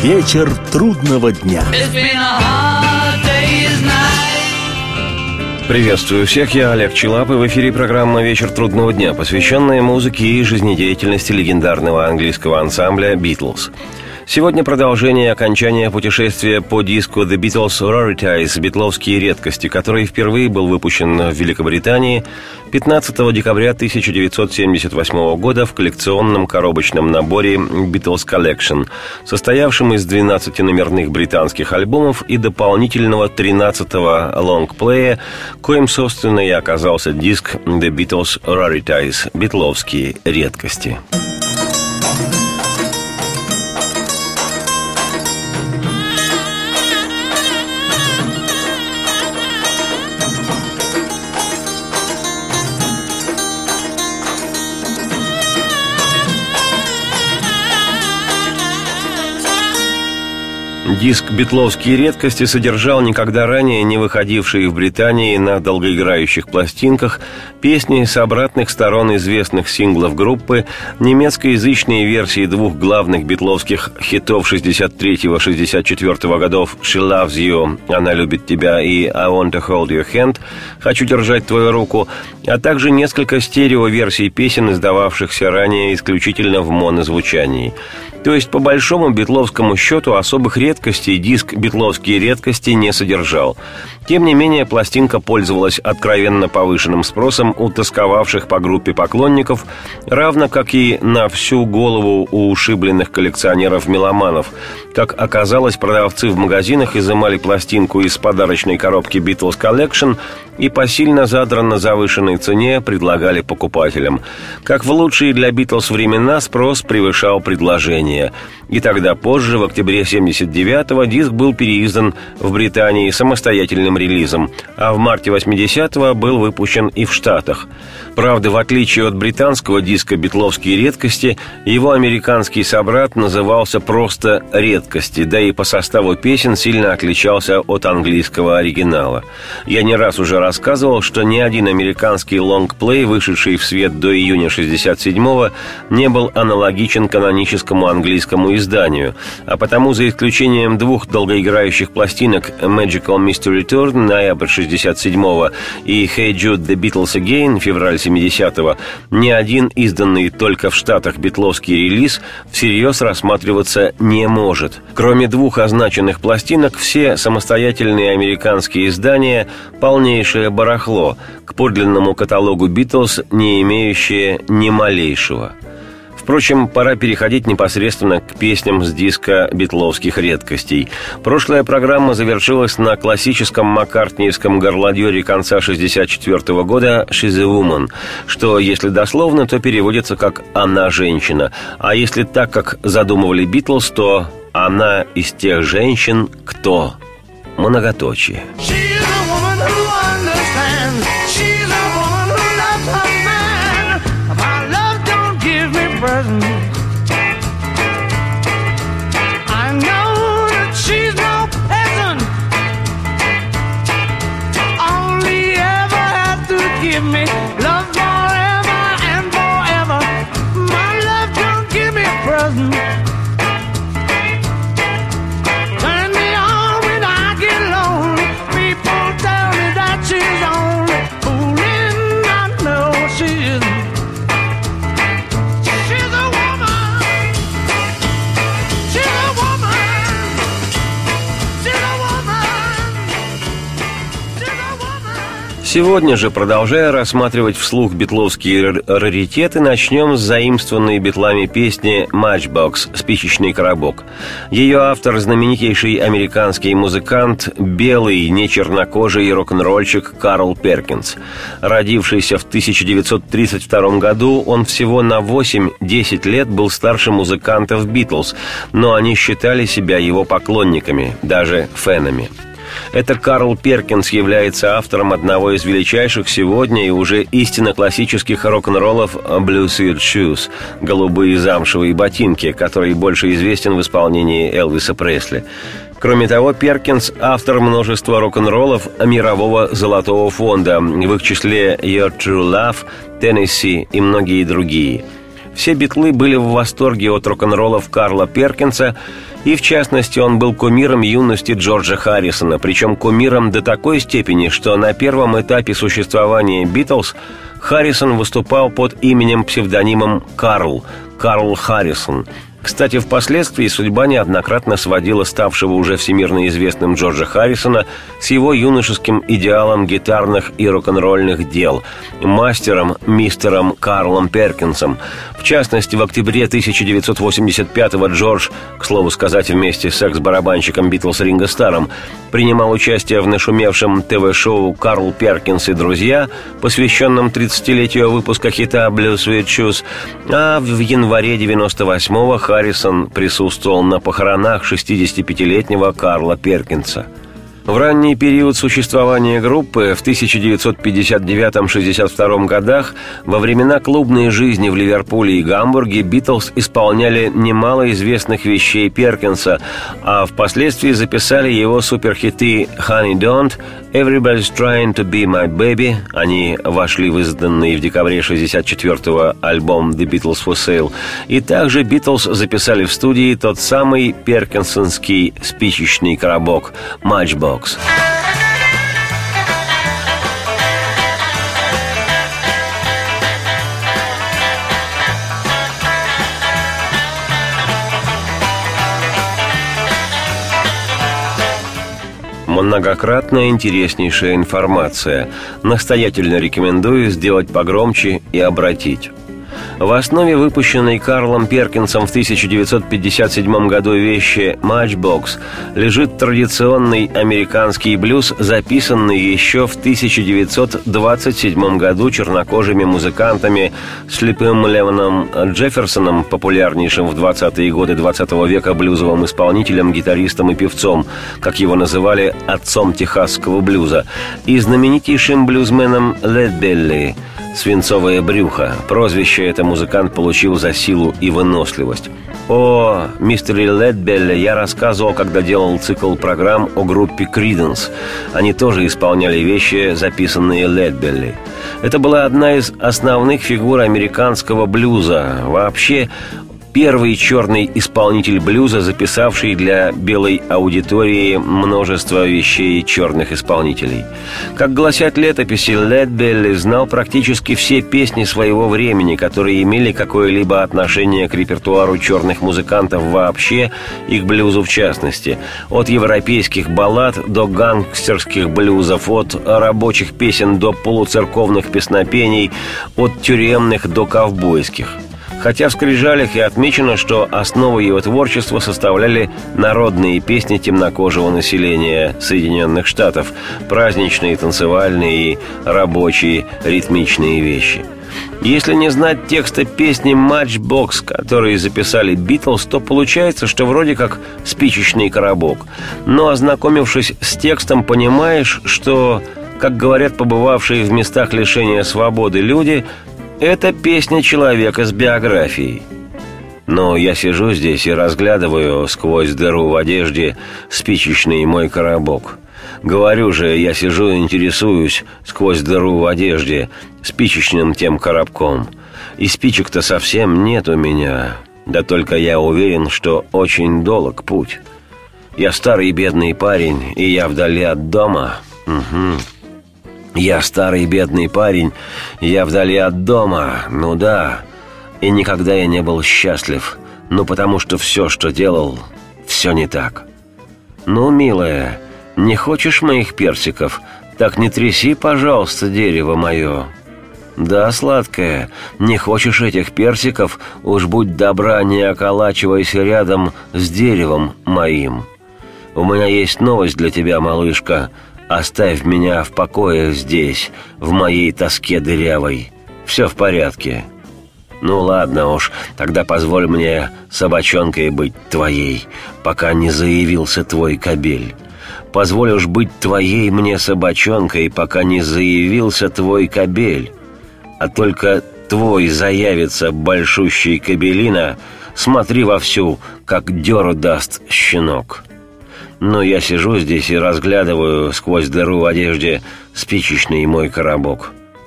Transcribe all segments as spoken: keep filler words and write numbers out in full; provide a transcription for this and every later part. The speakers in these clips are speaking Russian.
Вечер трудного дня. Приветствую всех, я Олег Челап, и в эфире программа «Вечер трудного дня», посвященная музыке и жизнедеятельности легендарного английского ансамбля «Битлз». Сегодня продолжение и окончание путешествия по диску «The Beatles Rarities» «Битловские редкости», который впервые был выпущен в Великобритании пятнадцатого декабря тысяча девятьсот семьдесят восьмого года в коллекционном коробочном наборе «Beatles Collection», состоявшем из двенадцати номерных британских альбомов и дополнительного тринадцатого лонгплея, коим, собственно, и оказался диск «The Beatles Rarities» «Битловские редкости». Диск «Битловские редкости» содержал никогда ранее не выходившие в Британии на долгоиграющих пластинках песни с обратных сторон известных синглов группы, немецкоязычные версии двух главных битловских хитов шестьдесят третьего — шестьдесят четвёртого годов «She Loves You» — «Она любит тебя» и «I Want to Hold Your Hand» — «Хочу держать твою руку», а также несколько стереоверсий песен, издававшихся ранее исключительно в монозвучании. То есть, по большому битловскому счету, особых редкостей диск «Битловские редкости» не содержал. Тем не менее, пластинка пользовалась откровенно повышенным спросом у тосковавших по группе поклонников, равно как и на всю голову у ушибленных коллекционеров-меломанов. Как оказалось, продавцы в магазинах изымали пластинку из подарочной коробки «Beatles Collection» и по сильно задранно завышенной цене предлагали покупателям. Как в лучшие для «Битлз» времена, спрос превышал предложение. И тогда позже, в октябре семьдесят девятого, диск был переиздан в Британии самостоятельным релизом, а в марте восьмидесятого был выпущен и в Штатах. Правда, в отличие от британского диска «Битловские редкости», его американский собрат назывался просто «Редкости», да и по составу песен сильно отличался от английского оригинала. Я не раз уже рассказывал, что ни один американский лонгплей, вышедший в свет до июня шестьдесят седьмого, не был аналогичен каноническому английскому изданию, а потому, за исключением двух долгоиграющих пластинок «Magical Mystery Tour» ноябрь шестьдесят седьмого и «Hey Jude, The Beatles Again» февраль семидесятого, ни один изданный только в Штатах битловский релиз всерьез рассматриваться не может. Кроме двух означенных пластинок, все самостоятельные американские издания – полнейшее барахло, к подлинному каталогу «Битлз» не имеющее ни малейшего. Впрочем, пора переходить непосредственно к песням с диска «Битловских редкостей». Прошлая программа завершилась на классическом маккартниевском горлодёре конца шестьдесят четвёртого года «She's a Woman», что, если дословно, то переводится как «она женщина», а если так, как задумывали «Битлз», то «она из тех женщин, кто...» Многоточие. I know that she's no peasant, only ever have to give me love forever and forever. My love don't give me a present, turn me on when I get lonely. People tell me that she's only fooling, I know she isn't. Сегодня же, продолжая рассматривать вслух битловские раритеты, начнем с заимствованной битлами песни «Matchbox» «Спичечный коробок». Ее автор – знаменитейший американский музыкант, белый, не чернокожий рок-н-ролльщик Карл Перкинс. Родившийся в тысяча девятьсот тридцать втором году, он всего на восемь-десять лет был старше музыкантов «Битлз», но они считали себя его поклонниками, даже фенами. Это Карл Перкинс является автором одного из величайших сегодня и уже истинно классических рок-н-роллов «Blue Suede Shoes» – «Голубые замшевые ботинки», который больше известен в исполнении Элвиса Пресли. Кроме того, Перкинс – автор множества рок-н-роллов мирового золотого фонда, в их числе «Your True Love», «Tennessee» и многие другие. Все битлы были в восторге от рок-н-роллов Карла Перкинса, и, в частности, он был кумиром юности Джорджа Харрисона, причем кумиром до такой степени, что на первом этапе существования «Битлз» Харрисон выступал под именем-псевдонимом Карл, Карл Харрисон. Кстати, впоследствии судьба неоднократно сводила ставшего уже всемирно известным Джорджа Харрисона с его юношеским идеалом гитарных и рок-н-ролльных дел – мастером мистером Карлом Перкинсом. В частности, в октябре тысяча девятьсот восемьдесят пятого Джордж, к слову сказать, вместе с экс-барабанщиком Битлз Ринго Старром, принимал участие в нашумевшем ТВ-шоу «Карл Перкинс и друзья», посвященном тридцатилетию выпуска хита «Blue Sweet Shoes», а в январе девяносто восьмого Харрисон присутствовал на похоронах шестидесятипятилетнего Карла Перкинса. В ранний период существования группы в тысяча девятьсот пятьдесят девятом — шестьдесят втором годах, во времена клубной жизни в Ливерпуле и Гамбурге, «Битлз» исполняли немало известных вещей Перкинса, а впоследствии записали его суперхиты «Honey Don't», «Everybody's Trying to Be My Baby». Они вошли в изданный в декабре шестьдесят четвертого альбом «The Beatles for Sale». И также «Битлз» записали в студии тот самый перкинсонский спичечный коробок «Matchbox». Многократная интереснейшая информация. Настоятельно рекомендую сделать погромче и обратить. В основе выпущенной Карлом Перкинсом в тысяча девятьсот пятьдесят седьмом году вещи «Matchbox» лежит традиционный американский блюз, записанный еще в тысяча девятьсот двадцать седьмом году чернокожими музыкантами Слипом Левоном Джефферсоном, популярнейшим в двадцатые годы двадцатого века блюзовым исполнителем, гитаристом и певцом, как его называли, отцом техасского блюза, и знаменитейшим блюзменом Лед Белли. «Свинцовое брюхо». Прозвище это музыкант получил за силу и выносливость. О мистере Ледбелле я рассказывал, когда делал цикл программ о группе Creedence. Они тоже исполняли вещи, записанные Ледбелли. Это была одна из основных фигур американского блюза. Вообще, первый черный исполнитель блюза, записавший для белой аудитории множество вещей черных исполнителей. Как гласят летописи, Лед Белли знал практически все песни своего времени, которые имели какое-либо отношение к репертуару черных музыкантов вообще и к блюзу в частности. От европейских баллад до гангстерских блюзов, от рабочих песен до полуцерковных песнопений, от тюремных до ковбойских. Хотя в скрижалях и отмечено, что основу его творчества составляли народные песни темнокожего населения Соединенных Штатов, праздничные, танцевальные и рабочие ритмичные вещи. Если не знать текста песни «Matchbox», которые записали «Битлз», то получается, что вроде как спичечный коробок. Но, ознакомившись с текстом, понимаешь, что, как говорят побывавшие в местах лишения свободы люди, это песня человека с биографией. Но я сижу здесь и разглядываю сквозь дыру в одежде спичечный мой коробок. Говорю же, я сижу и интересуюсь сквозь дыру в одежде спичечным тем коробком. И спичек-то совсем нет у меня. Да только я уверен, что очень долг путь. Я старый бедный парень, и я вдали от дома. Угу. Я старый бедный парень, я вдали от дома, ну да. И никогда я не был счастлив, ну потому что все, что делал, все не так. Ну, милая, не хочешь моих персиков? Так не тряси, пожалуйста, дерево мое. Да, сладкая, не хочешь этих персиков? Уж будь добра, не околачивайся рядом с деревом моим. У меня есть новость для тебя, малышка. Оставь меня в покое здесь, в моей тоске дырявой. Все в порядке. Ну ладно уж, тогда позволь мне собачонкой быть твоей, пока не заявился твой кобель. Позволь уж быть твоей мне собачонкой, пока не заявился твой кобель. А только твой заявится большущий кобелина, смотри вовсю, как дёру даст щенок. Но я сижу здесь и разглядываю сквозь дыру в одежде спичечный мой коробок.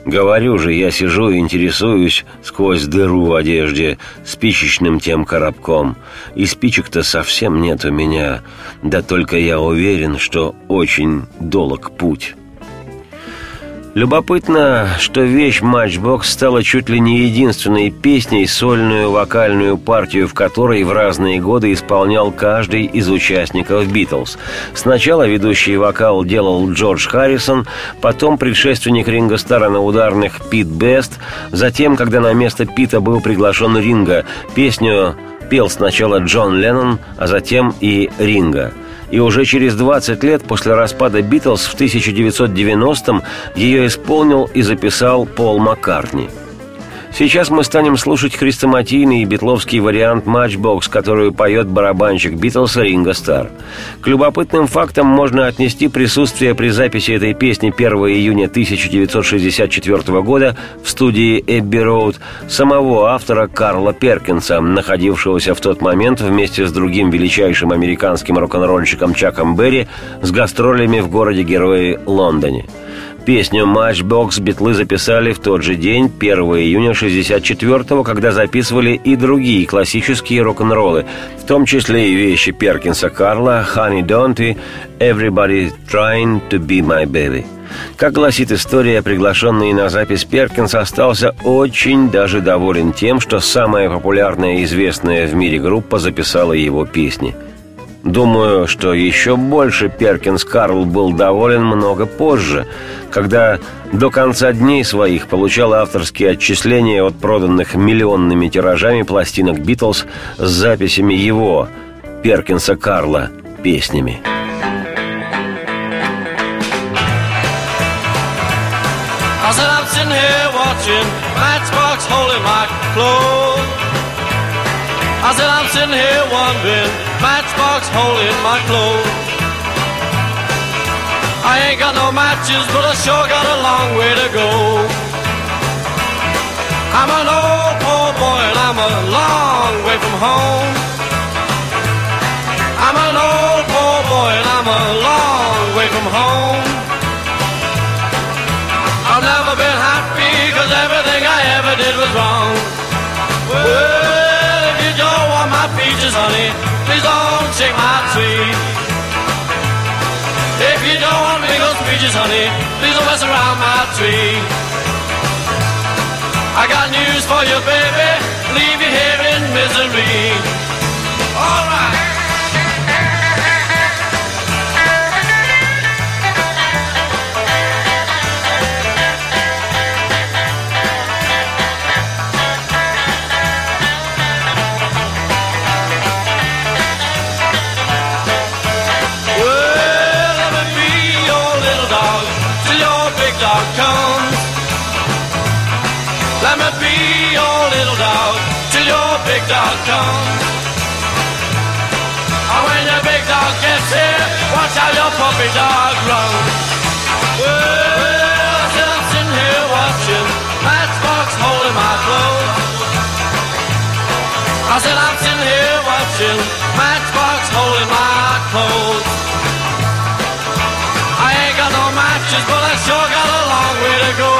Говорю же, я сижу и интересуюсь сквозь дыру в одежде спичечным тем коробком. И спичек-то совсем нет у меня. Да только я уверен, что очень долг путь. Любопытно, что вещь Matchbox стала чуть ли не единственной песней, сольную вокальную партию в которой в разные годы исполнял каждый из участников «Битлз». Сначала ведущий вокал делал Джордж Харрисон, потом предшественник Ринго Старра на ударных Пит Бест, затем, когда на место Пита был приглашен Ринго, песню пел сначала Джон Леннон, а затем и Ринго. И уже через двадцать лет после распада «Битлз» в тысяча девятьсот девяностом ее исполнил и записал Пол Маккартни. Сейчас мы станем слушать хрестоматийный битловский вариант «Matchbox», которую поет барабанщик «Битлз» Ринго Старр. К любопытным фактам можно отнести присутствие при записи этой песни первого июня тысяча девятьсот шестьдесят четвёртого года в студии «Эбби Роуд» самого автора Карла Перкинса, находившегося в тот момент вместе с другим величайшим американским рок-н-ролльщиком Чаком Берри с гастролями в городе-герое Лондоне. Песню «Matchbox» битлы записали в тот же день, первого июня шестьдесят четвёртого, когда записывали и другие классические рок-н-роллы, в том числе и вещи Перкинса Карла «Honey Don't We», «Everybody Trying to Be My Baby». Как гласит история, приглашенный на запись Перкинс остался очень даже доволен тем, что самая популярная и известная в мире группа записала его песни. Думаю, что еще больше Перкинс Карл был доволен много позже, когда до конца дней своих получал авторские отчисления от проданных миллионными тиражами пластинок «Битлз» с записями его, Перкинса Карла, песнями. I said, I'm sitting here wondering, matchbox hole in my clothes. I ain't got no matches, but I sure got a long way to go. I'm an old poor boy and I'm a long way from home. I'm an old poor boy and I'm a long way from home. I've never been happy, cause everything I ever did was wrong. Well, don't want my peaches, honey, please don't shake my tree. If you don't want me those peaches, honey, please don't mess around my tree. I got news for you, baby, leave you here in misery. All right. Comes. Let me be your little dog till your big dog comes. And when your big dog gets here, watch how your puppy dog runs. Well, I said I'm sitting here watching Matchbox holding my clothes. I said I'm sitting here watching Matchbox holding my clothes. I ain't got no matches, but I sure got a long way to go.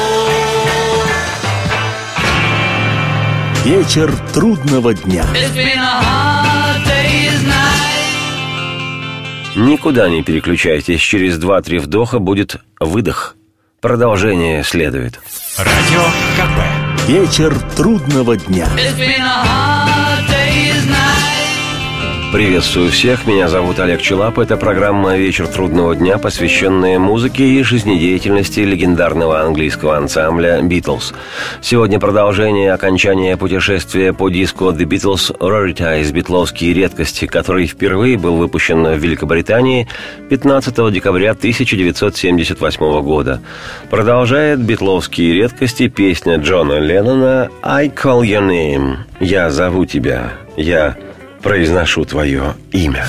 Вечер трудного дня. It's been a hard day's night. Никуда не переключайтесь, через два-три вдоха будет выдох. Продолжение следует. Радио КП. Вечер трудного дня. It's been a hard day's night. Приветствую всех, меня зовут Олег Челап. Это программа «Вечер трудного дня», посвященная музыке и жизнедеятельности легендарного английского ансамбля «Битлз». Сегодня продолжение окончания путешествия по диску «The Beatles Rarities» «Битловские редкости», который впервые был выпущен в Великобритании пятнадцатого декабря тысяча девятьсот семьдесят восьмого года. Продолжает «Битловские редкости» песня Джона Леннона «I call your name» «Я зову тебя», «Я произношу твое имя».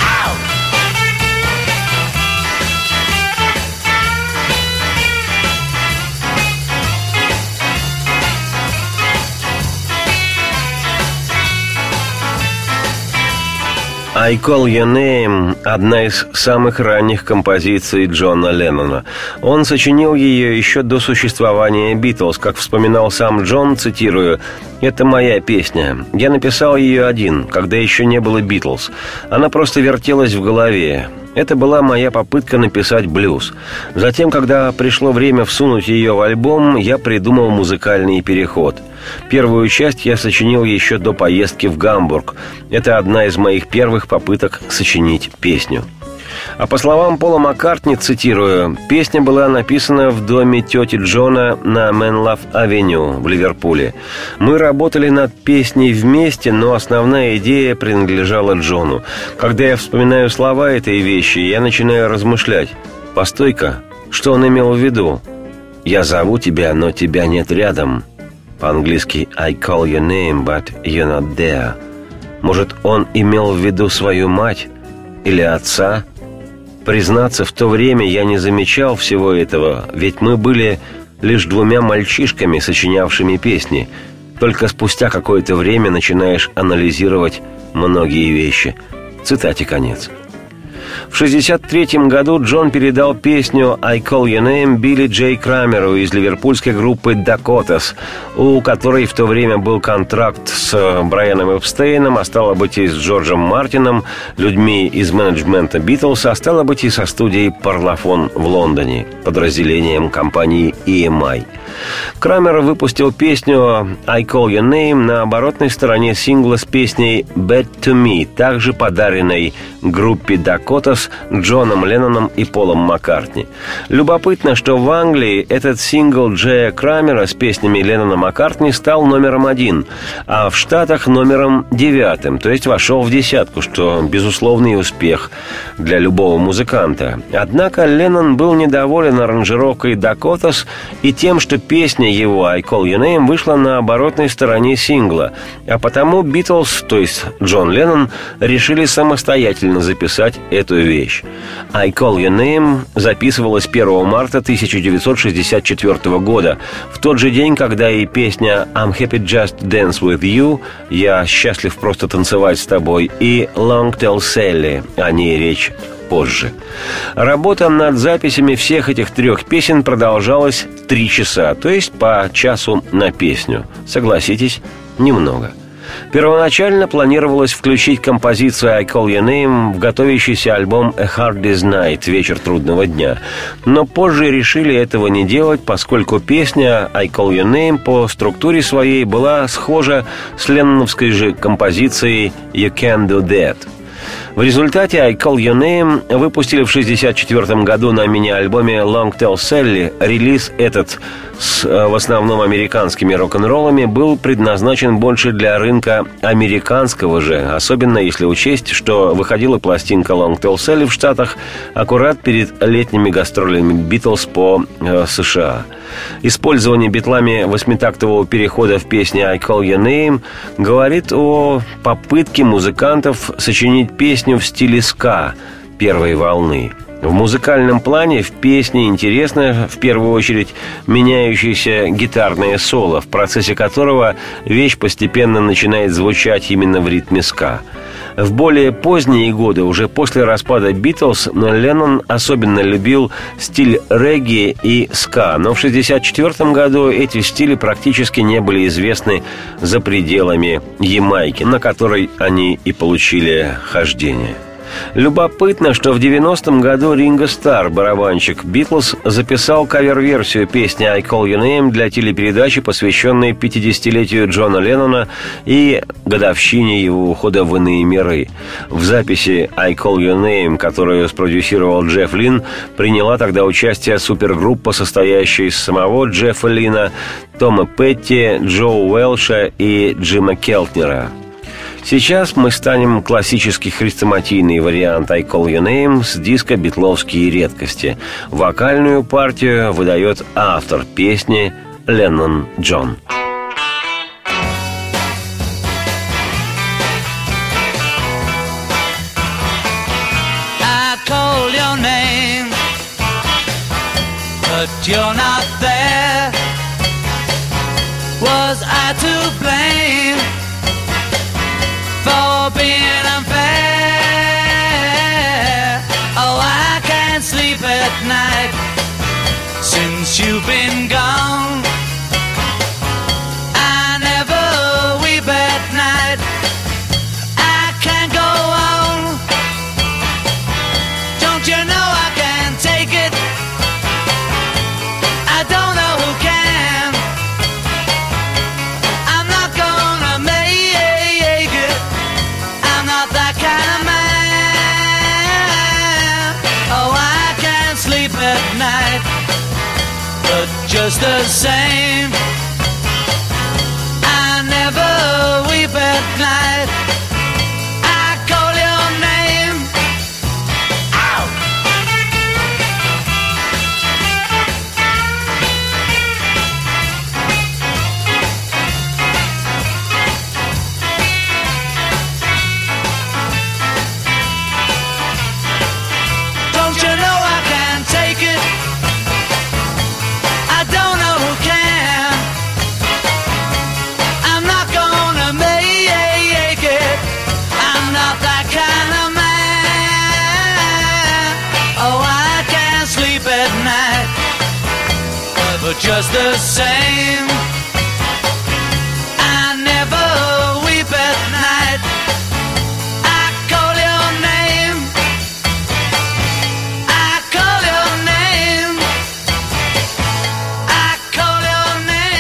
«I Call Your Name» – одна из самых ранних композиций Джона Леннона. Он сочинил ее еще до существования «Битлз». Как вспоминал сам Джон, цитирую, «Это моя песня. Я написал ее один, когда еще не было «Битлз». Она просто вертелась в голове. Это была моя попытка написать блюз. Затем, когда пришло время всунуть ее в альбом, я придумал музыкальный переход. Первую часть я сочинил еще до поездки в Гамбург. Это одна из моих первых попыток сочинить песню». А по словам Пола Маккартни, цитирую, «Песня была написана в доме тети Джона на Менлав-авеню в Ливерпуле. Мы работали над песней вместе, но основная идея принадлежала Джону. Когда я вспоминаю слова этой вещи, я начинаю размышлять. Постой-ка, что он имел в виду? Я зову тебя, но тебя нет рядом». По-английски «I call your name, but you're not there». Может, он имел в виду свою мать или отца? Признаться, в то время я не замечал всего этого, ведь мы были лишь двумя мальчишками, сочинявшими песни. Только спустя какое-то время начинаешь анализировать многие вещи. Цитате конец. В шестьдесят третьем году Джон передал песню «I Call Your Name» Билли Джей Крамеру из ливерпульской группы «Дакотас», у которой в то время был контракт с Брайаном Эпстейном, а стало быть и с Джорджем Мартином, людьми из менеджмента «Битлз», а стало быть и со студией «Парлофон» в Лондоне, подразделением компании и эм ай. Крамер выпустил песню «I Call Your Name» на оборотной стороне сингла с песней «Bad to Me», также подаренной группе «Дакотас» Джоном Ленноном и Полом Маккартни. Любопытно, что в Англии этот сингл Джея Крамера с песнями Леннона Маккартни стал номером один, а в Штатах номером девятым, то есть вошел в десятку, что безусловный успех для любого музыканта. Однако Леннон был недоволен аранжировкой «Дакотас» и тем, что песня его «I Call Your Name» вышла на оборотной стороне сингла, а потому Битлз, то есть Джон Леннон, решили самостоятельно записать эту вещь. «I Call Your Name» записывалась первого марта тысяча девятьсот шестьдесят четвёртого года, в тот же день, когда и песня «I'm happy just to dance with you» «Я счастлив просто танцевать с тобой» и «Long Tall Sally», о ней речь позже. Работа над записями всех этих трех песен продолжалась три часа, то есть по часу на песню. Согласитесь, немного. Первоначально планировалось включить композицию «I Call Your Name» в готовящийся альбом «A Hard Day's Night» «Вечер трудного дня», но позже решили этого не делать, поскольку песня «I Call Your Name» по структуре своей была схожа с ленноновской же композицией «You Can Do That». В результате «I Call Your Name» выпустили в шестьдесят четвёртом году на мини-альбоме «Long Tall Sally». Релиз этот с в основном американскими рок-н-роллами был предназначен больше для рынка американского же, особенно если учесть, что выходила пластинка «Long Tall Sally» в Штатах аккурат перед летними гастролями «Битлз» по э, США. Использование битлами восьмитактового перехода в песне «I Call Your Name» говорит о попытке музыкантов сочинить песню в стиле ска первой волны. В музыкальном плане в песне интересно, в первую очередь, меняющееся гитарное соло, в процессе которого вещь постепенно начинает звучать именно в ритме ска. В более поздние годы, уже после распада «Битлз», Леннон особенно любил стиль регги и ска, но в шестьдесят четвёртом году эти стили практически не были известны за пределами Ямайки, на которой они и получили хождение. Любопытно, что в девяностом году Ринго Старр, барабанщик «Битлз», записал кавер-версию песни «I Call Your Name» для телепередачи, посвященной пятидесятилетию Джона Леннона и годовщине его ухода в иные миры. В записи «I Call Your Name», которую спродюсировал Джефф Лин, приняла тогда участие супергруппа, состоящая из самого Джеффа Лина, Тома Петти, Джо Уэлша и Джима Келтнера. Сейчас мы станем классический хрестоматийный вариант «I Call Your Name» с диска «Битловские редкости». Вокальную партию выдает автор песни Леннон Джон. I call your name, but you're not there. Was I to blame for being unfair? since you've been gone. I never weep at night. I can't go on. Don't you know I can't take it? I don't know who can. I'm not gonna make it. I'm not that kind of man. Oh, I can't sleep at night. But just the same, I never weep at night. I call your name. Ow! Don't you know I can't take it? I don't know who can. I'm not gonna make it. I'm not that kind of man. Oh, I can't sleep at night. But just the same, I never weep at night. I call your name. I call your name. I call your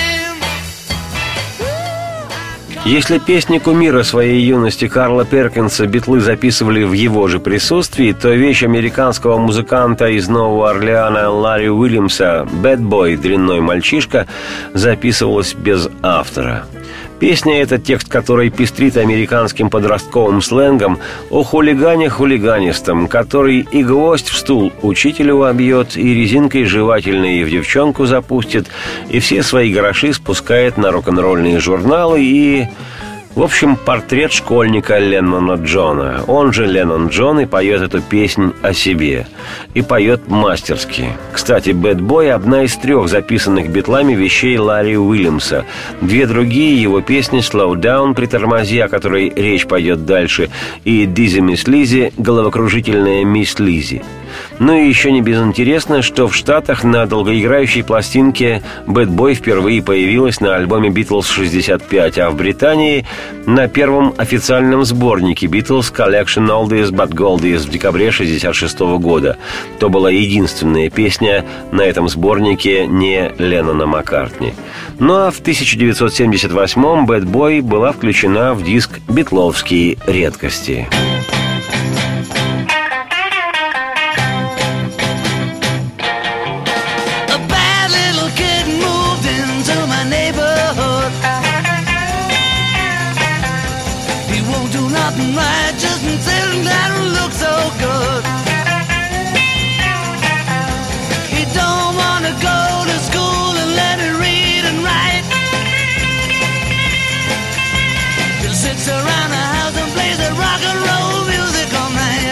name. Если песни кумира своей юности Карла Перкинса Битлы записывали в его же присутствии, то вещь американского музыканта из Нового Орлеана Ларри Уильямса «Bad Boy» — «Дрянной мальчишка» записывалась без автора. Песня — это текст, который пестрит американским подростковым сленгом о хулигане хулиганистом, который и гвоздь в стул учителю вобьет, и резинкой жевательной в девчонку запустит, и все свои гроши спускает на рок-н-ролльные журналы и... В общем, портрет школьника Леннона Джона. Он же Леннон Джон и поет эту песнь о себе. И поет мастерски. Кстати, «Bad Boy» — одна из трех записанных Битлами вещей Ларри Уильямса. Две другие его песни «Slow Down», «Притормози», о которой речь пойдет дальше, и «Dizzy Miss Lizzy», «Головокружительная мисс Лизи». Ну и еще не безинтересно, что в Штатах на долгоиграющей пластинке «Bad Boy» впервые появилась на альбоме «Битлз шестьдесят пять», а в Британии — на первом официальном сборнике «Битлз Collection Oldies But Goldies» в декабре шестьдесят шестого года. То была единственная песня на этом сборнике не Леннона Маккартни. Ну а в тысяча девятьсот семьдесят восьмом «Bad Boy» была включена в диск «Битловские редкости». Right, just sitting there and look so good. He don't wanna go to school and learn to read and write. Just sits around the house and plays that rock and roll music all night.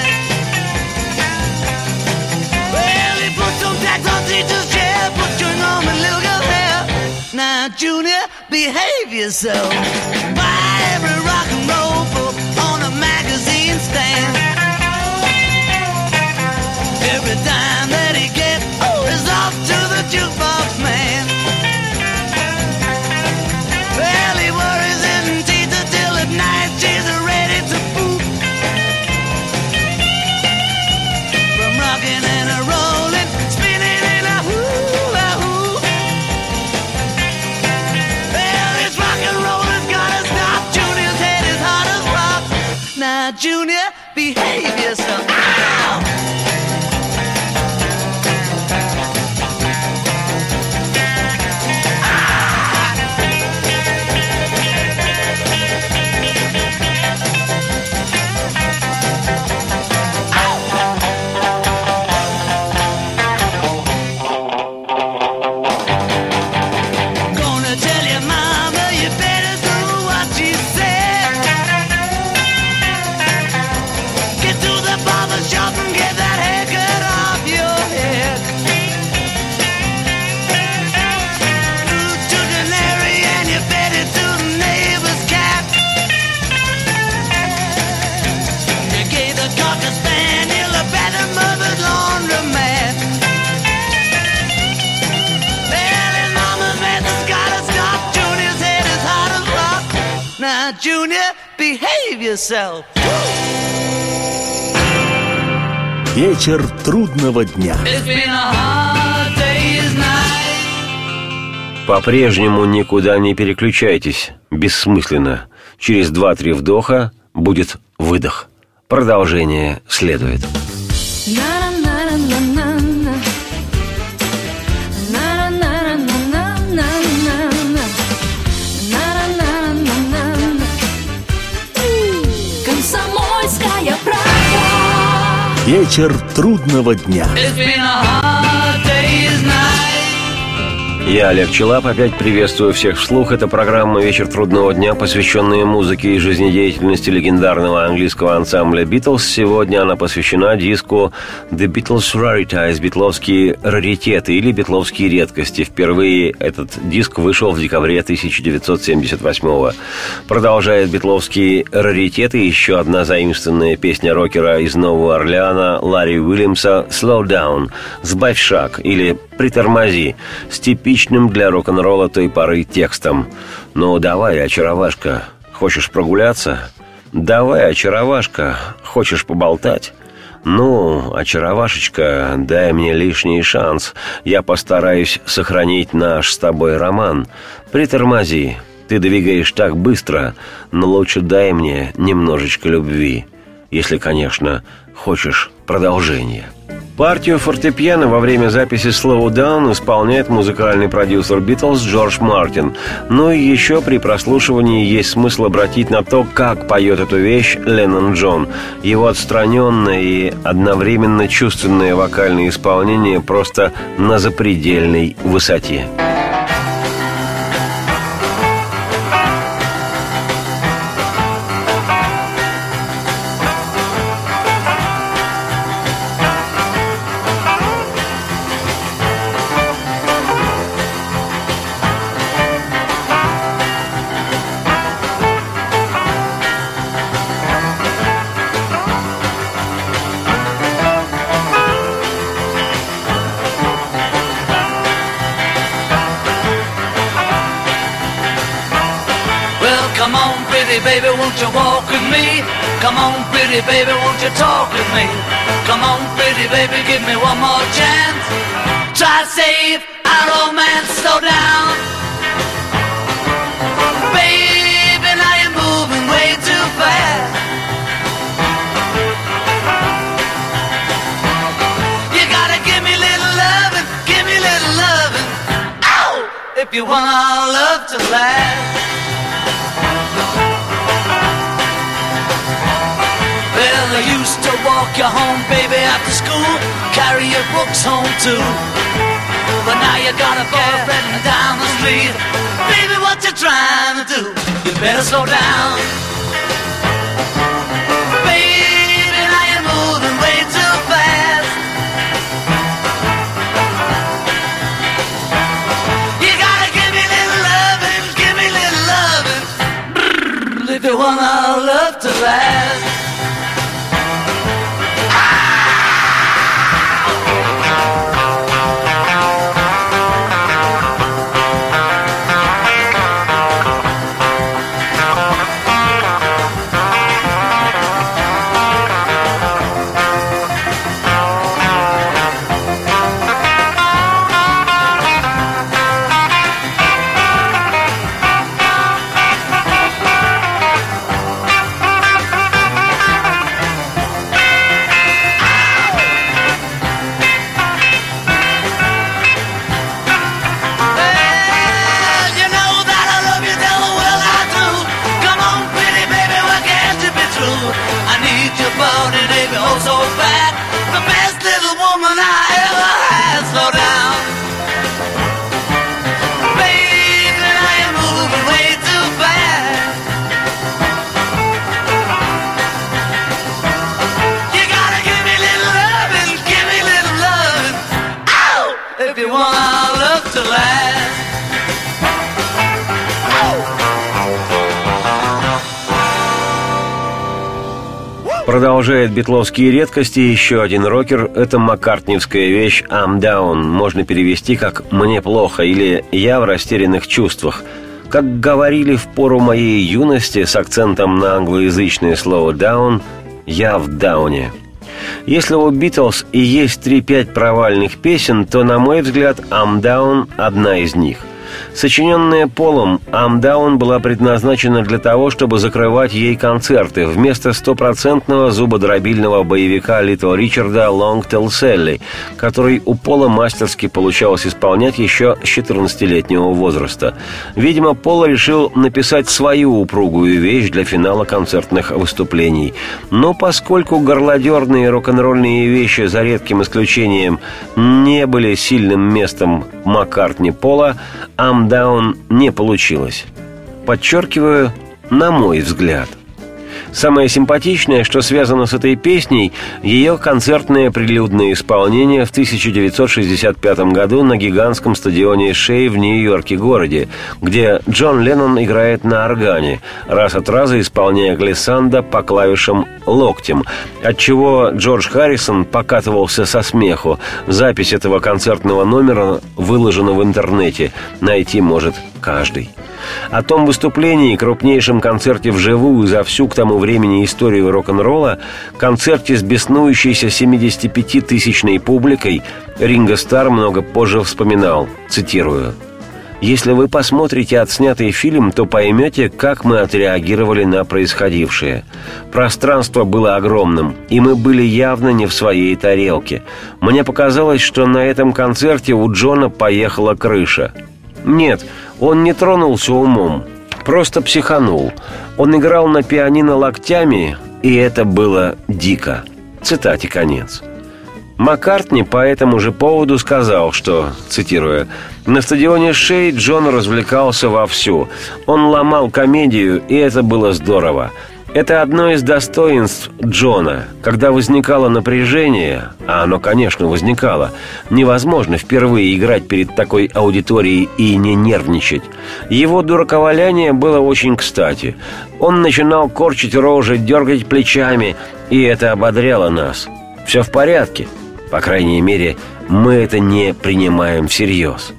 Well, he put some tax on teacher's chair, put chewing on my little girl hair. Now, Junior, behave yourself. Buy every rock and roll book on a magazine stand. Every dime that he gets is off to the jukebox man. Well, he worries his teacher till at night she's ready to poop. From rocking and a rolling, spinning in a hula hoop. Well, this rock and roll has gotta stop. Junior's head is hard as rock. Now, Junior, behave yourself. Ow! Shop and get that hair. Junior, behave yourself. Вечер трудного дня. It's been a hard day's night. По-прежнему никуда не переключайтесь. Бессмысленно. Через два-три вдоха будет выдох. Продолжение следует. Комсомольская правда. Вечер трудного дня. It's been a hard day's night. Я, Олег Челап, опять приветствую всех вслух. Это программа «Вечер трудного дня», посвященная музыке и жизнедеятельности легендарного английского ансамбля «Битлз». Сегодня она посвящена диску «The Beatles Rarities», «Битловские раритеты» или «Битловские редкости». Впервые этот диск вышел в декабре тысяча девятьсот семьдесят восьмого. Продолжает «Битловские раритеты» еще одна заимствованная песня рокера из Нового Орлеана Ларри Уильямса «Slow Down», «Сбавь шаг» или «Притормози», с типичным для рок-н-ролла той поры текстом. «Ну, давай, очаровашка, хочешь прогуляться? Давай, очаровашка, хочешь поболтать? Ну, очаровашечка, дай мне лишний шанс. Я постараюсь сохранить наш с тобой роман. Притормози, ты двигаешь так быстро, но лучше дай мне немножечко любви. Если, конечно, хочешь продолжения». Партию фортепиано во время записи «Slow Down» исполняет музыкальный продюсер «Битлз» Джордж Мартин. Ну и еще при прослушивании есть смысл обратить на то, как поет эту вещь Леннон Джон. Его отстраненное и одновременно чувственное вокальное исполнение просто на запредельной высоте. Come on, pretty baby, won't you walk with me? Come on, pretty baby, won't you talk with me? Come on, pretty baby, give me one more chance. Try to save our romance, slow down. Baby, now you're moving way too fast. You gotta give me a little loving, give me a little loving. Ow! If you want our love to last. Well, I used to walk you home, baby, after school, carry your books home too. But now you got a boyfriend down the street. Baby, what you trying to do? You better slow down. Baby, now you're moving way too fast. You gotta give me a little loving, give me a little loving. Brrr, if you want our love to last. Продолжает битловские редкости еще один рокер. Это маккартниевская вещь «I'm down». Можно перевести как «мне плохо» или «я в растерянных чувствах». Как говорили в пору моей юности с акцентом на англоязычное слово «даун», я в дауне. Если у «Битлз» и есть три-пять провальных песен, то, на мой взгляд, «I'm Down» — одна из них. Сочиненная Полом, «I'm Down» была предназначена для того, чтобы закрывать ей концерты вместо стопроцентного зубодробильного боевика Литл Ричарда «Long Tall Sally», который у Пола мастерски получалось исполнять еще с четырнадцатилетнего возраста. Видимо, Пол решил написать свою упругую вещь для финала концертных выступлений. Но поскольку горлодерные рок-н-ролльные вещи, за редким исключением, не были сильным местом Маккартни Пола, «I'm Down» не получилось. Подчеркиваю, на мой взгляд. Самое симпатичное, что связано с этой песней, ее концертное прелюдное исполнение в тысяча девятьсот шестьдесят пятом году на гигантском стадионе Шей в Нью-Йорке городе, где Джон Леннон играет на органе, раз от раза исполняя глиссандо по клавишам локтем, отчего Джордж Харрисон покатывался со смеху. Запись этого концертного номера выложена в интернете, найти может каждый. О том выступлении, крупнейшем концерте вживую за всю к тому времени историю рок-н-ролла, концерте с беснующейся семидесятипятитысячной публикой, Ринго Старр много позже вспоминал, цитирую: «Если вы посмотрите отснятый фильм, то поймете, как мы отреагировали на происходившее. Пространство было огромным, и мы были явно не в своей тарелке. Мне показалось, что на этом концерте у Джона поехала крыша. Нет, он не тронулся умом, просто психанул. Он играл на пианино локтями, и это было дико». Цитате конец. Маккартни по этому же поводу сказал, что, цитируя, «На стадионе Шей Джон развлекался вовсю. Он ломал комедию, и это было здорово. Это одно из достоинств Джона. Когда возникало напряжение, а оно, конечно, возникало, невозможно впервые играть перед такой аудиторией и не нервничать. Его дураковаляние было очень кстати. Он начинал корчить рожи, дергать плечами, и это ободряло нас. Все в порядке. По крайней мере, мы это не принимаем всерьез.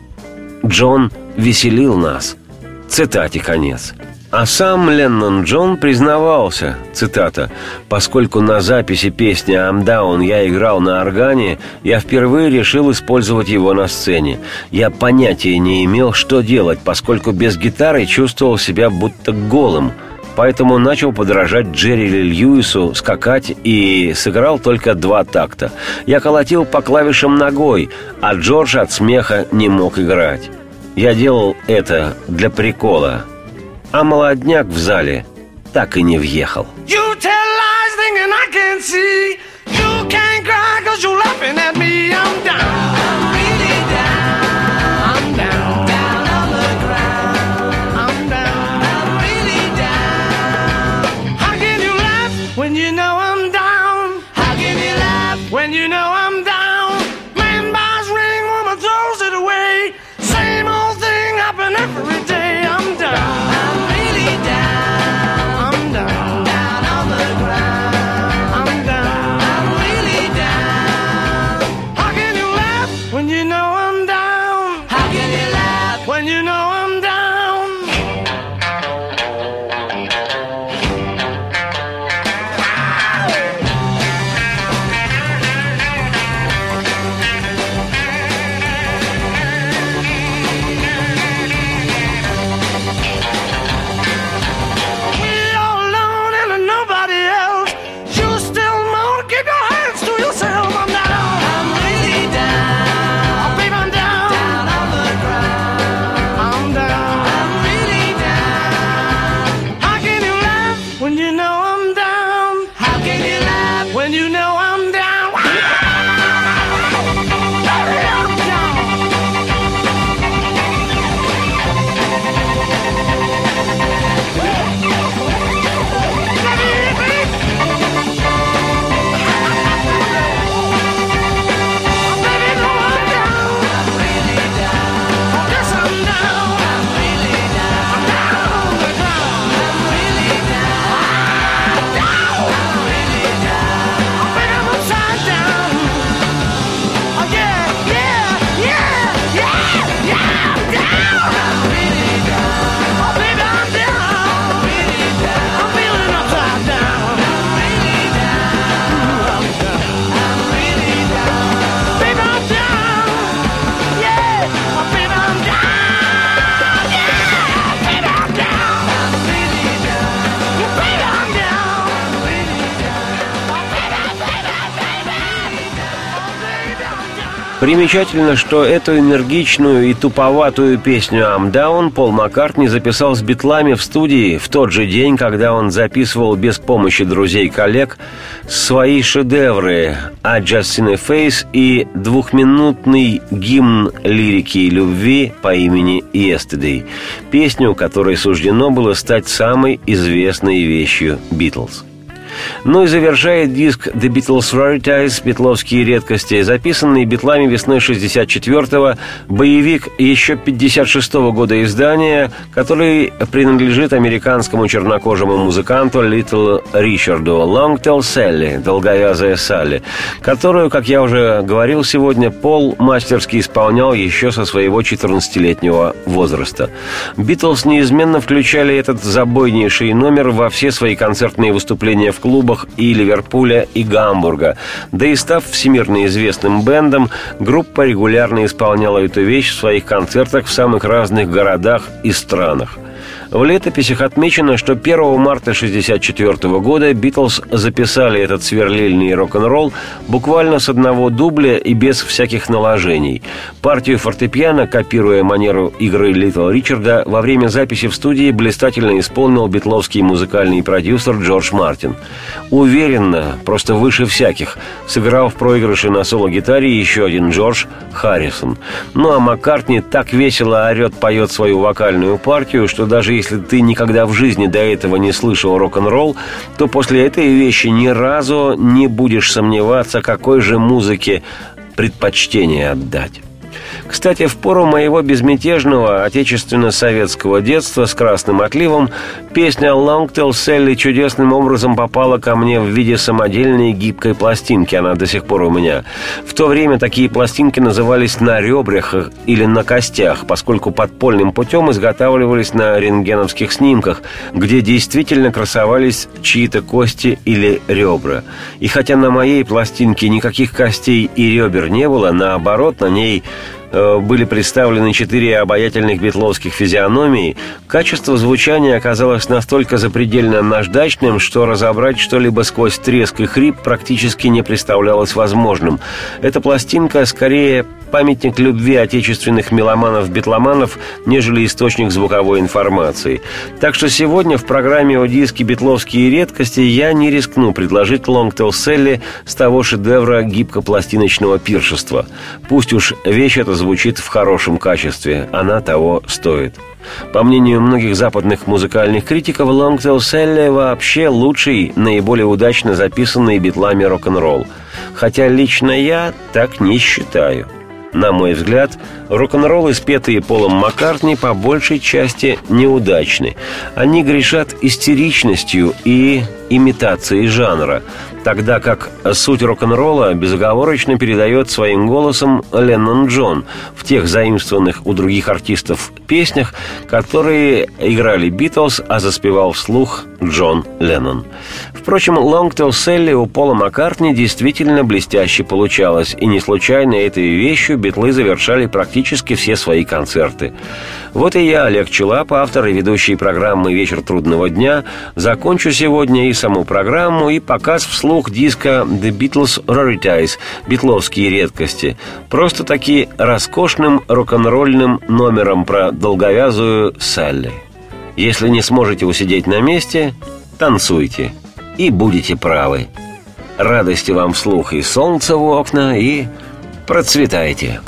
Джон веселил нас». Цитате конец. А сам Леннон Джон признавался, цитата, «Поскольку на записи песни «I'm Down» я играл на органе, я впервые решил использовать его на сцене. Я понятия не имел, что делать, поскольку без гитары чувствовал себя будто голым. Поэтому начал подражать Джерри Ли Льюису, скакать и сыграл только два такта. Я колотил по клавишам ногой, а Джордж от смеха не мог играть. Я делал это для прикола». А молодняк в зале так и не въехал. You tell lies thinking I can't see. You can't cry cause you're laughing at me. I'm down. I'm really down. I'm down. Down on the ground. I'm down. I'm really down. How can you laugh when you know I'm down? How can you laugh when you know I'm down? Man buys ring, woman throws it away. Same old thing happen every day. I'm down. Примечательно, что эту энергичную и туповатую песню «I'm Down» Пол Маккартни записал с Битлами в студии в тот же день, когда он записывал без помощи друзей-коллег свои шедевры «I Just Seen a Face» и двухминутный гимн лирики и любви по имени «Yesterday», песню, которой суждено было стать самой известной вещью «Битлз». Ну и завершает диск «The Beatles Rarities» «Битловские редкости», записанный Битлами весной шестьдесят четвёртого, боевик еще пятьдесят шестого года издания, который принадлежит американскому чернокожему музыканту Литл Ричарду «Long Tall Sally» «Долговязая Салли», которую, как я уже говорил сегодня, Пол мастерски исполнял еще со своего четырнадцатилетнего возраста. Битлз неизменно включали этот забойнейший номер во все свои концертные выступления в клубах и Ливерпуля, и Гамбурга. Да и став всемирно известным бэндом, группа регулярно исполняла эту вещь в своих концертах в самых разных городах и странах. В летописях отмечено, что первого марта шестьдесят четвёртого года Битлз записали этот сверлильный рок-н-ролл буквально с одного дубля и без всяких наложений. Партию фортепиано, копируя манеру игры Литл Ричарда, во время записи в студии блистательно исполнил битловский музыкальный продюсер Джордж Мартин. Уверенно, просто выше всяких, сыграл в проигрыше на соло-гитаре еще один Джордж Харрисон. Ну а Маккартни так весело орет, поет свою вокальную партию, что даже если ты никогда в жизни до этого не слышал рок-н-ролл, то после этой вещи ни разу не будешь сомневаться, какой же музыке предпочтение отдать. Кстати, в пору моего безмятежного отечественно-советского детства с красным отливом песня «Long Tall Sally» чудесным образом попала ко мне в виде самодельной гибкой пластинки. Она до сих пор у меня. В то время такие пластинки назывались «на ребрах» или «на костях», поскольку подпольным путем изготавливались на рентгеновских снимках, где действительно красовались чьи-то кости или ребра. И хотя на моей пластинке никаких костей и ребер не было, наоборот, на ней были представлены четыре обаятельных битловских физиономии, качество звучания оказалось настолько запредельно наждачным, что разобрать что-либо сквозь треск и хрип практически не представлялось возможным. Эта пластинка скорее памятник любви отечественных меломанов-битломанов, нежели источник звуковой информации. Так что сегодня в программе о диске «Битловские редкости» я не рискну предложить «Long Tall Sally» с того шедевра гибкопластиночного пиршества. Пусть уж вещь эта звучит в хорошем качестве, она того стоит. По мнению многих западных музыкальных критиков, «Long Tall Sally» вообще лучший, наиболее удачно записанный битлами рок-н-ролл. Хотя лично я так не считаю. На мой взгляд, рок-н-роллы, спетые Полом Маккартни, по большей части неудачны. Они грешат истеричностью и имитацией жанра, тогда как суть рок-н-ролла безоговорочно передает своим голосом Леннон Джон в тех заимствованных у других артистов песнях, которые играли Битлз, а заспевал вслух Джон Леннон. Впрочем, «Long Tall Sally» у Пола Маккартни действительно блестяще получалось, и не случайно этой вещью Битлы завершали практически все свои концерты. Вот и я, Олег Челап, автор и ведущий программы «Вечер трудного дня», закончу сегодня и саму программу, и показ вслух диска «The Beatles Rarities» «Битловские редкости», просто-таки роскошным рок-н-ролльным номером про долговязую Салли. Если не сможете усидеть на месте, танцуйте, и будете правы. Радости вам вслух и солнца в окна, и процветайте.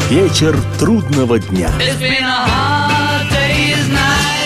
Вечер трудного дня. It's been a hard day's night.